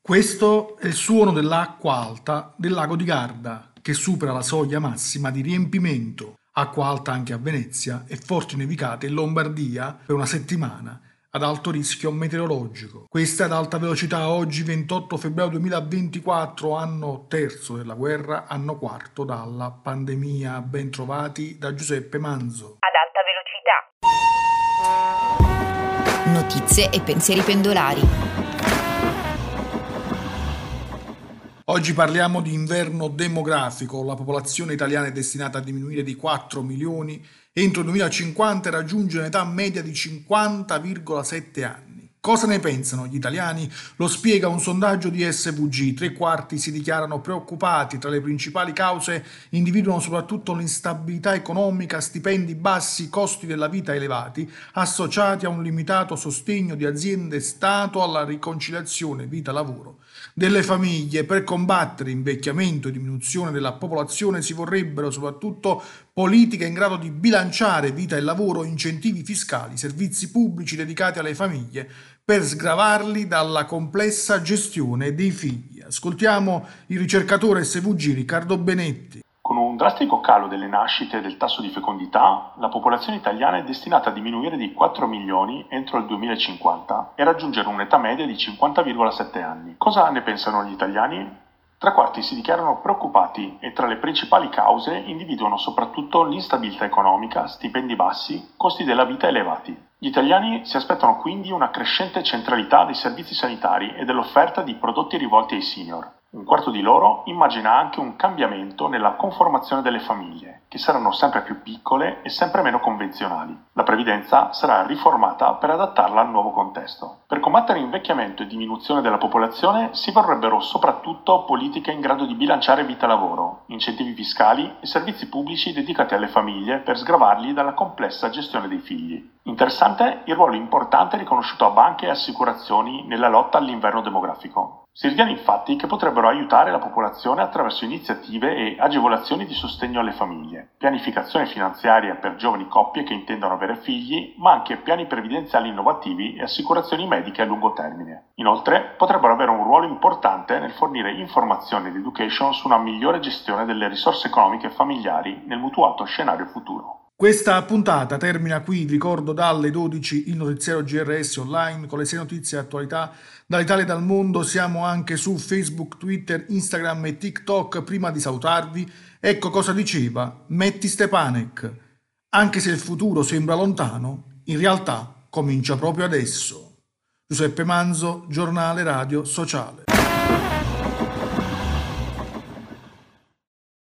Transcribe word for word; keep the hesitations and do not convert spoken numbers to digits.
Questo è il suono dell'acqua alta del lago di Garda, che supera la soglia massima di riempimento. Acqua alta anche a Venezia e forti nevicate in Lombardia per una settimana ad alto rischio meteorologico. Questa è ad alta velocità oggi ventotto febbraio duemilaventiquattro, anno terzo della guerra, anno quarto dalla pandemia. Ben trovati da Giuseppe Manzo. Ad alta velocità. Notizie e pensieri pendolari. Oggi parliamo di inverno demografico. La popolazione italiana è destinata a diminuire di quattro milioni entro il duemilacinquanta e raggiungere un'età media di cinquanta virgola sette anni. Cosa ne pensano gli italiani? Lo spiega un sondaggio di S V G. Tre quarti si dichiarano preoccupati. Tra le principali cause individuano soprattutto l'instabilità economica, stipendi bassi, costi della vita elevati, associati a un limitato sostegno di aziende e Stato alla riconciliazione vita-lavoro delle famiglie. Per combattere invecchiamento e diminuzione della popolazione si vorrebbero soprattutto politiche in grado di bilanciare vita e lavoro, incentivi fiscali, servizi pubblici dedicati alle famiglie per sgravarli dalla complessa gestione dei figli. Ascoltiamo il ricercatore S V G Riccardo Benetti. Con un drastico calo delle nascite e del tasso di fecondità, la popolazione italiana è destinata a diminuire di quattro milioni entro il duemilacinquanta e raggiungere un'età media di cinquanta virgola sette anni. Cosa ne pensano gli italiani? Tre quarti si dichiarano preoccupati e tra le principali cause individuano soprattutto l'instabilità economica, stipendi bassi, costi della vita elevati. Gli italiani si aspettano quindi una crescente centralità dei servizi sanitari e dell'offerta di prodotti rivolti ai senior. Un quarto di loro immagina anche un cambiamento nella conformazione delle famiglie, che saranno sempre più piccole e sempre meno convenzionali. La previdenza sarà riformata per adattarla al nuovo contesto. Per combattere invecchiamento e diminuzione della popolazione si vorrebbero soprattutto politiche in grado di bilanciare vita-lavoro, incentivi fiscali e servizi pubblici dedicati alle famiglie per sgravarli dalla complessa gestione dei figli. Interessante il ruolo importante riconosciuto a banche e assicurazioni nella lotta all'inverno demografico. Si ritiene infatti che potrebbero aiutare la popolazione attraverso iniziative e agevolazioni di sostegno alle famiglie, pianificazione finanziaria per giovani coppie che intendono avere figli, ma anche piani previdenziali innovativi e assicurazioni mediche a lungo termine. Inoltre, potrebbero avere un ruolo importante nel fornire informazioni ed education su una migliore gestione delle risorse economiche familiari nel mutuato scenario futuro. Questa puntata termina qui, ricordo dalle dodici il notiziario G R S online con le sei notizie e attualità dall'Italia e dal mondo. Siamo anche su Facebook, Twitter, Instagram e TikTok. Prima di salutarvi, ecco cosa diceva Metti Stepanek: anche se il futuro sembra lontano, in realtà comincia proprio adesso. Giuseppe Manzo, giornale radio sociale.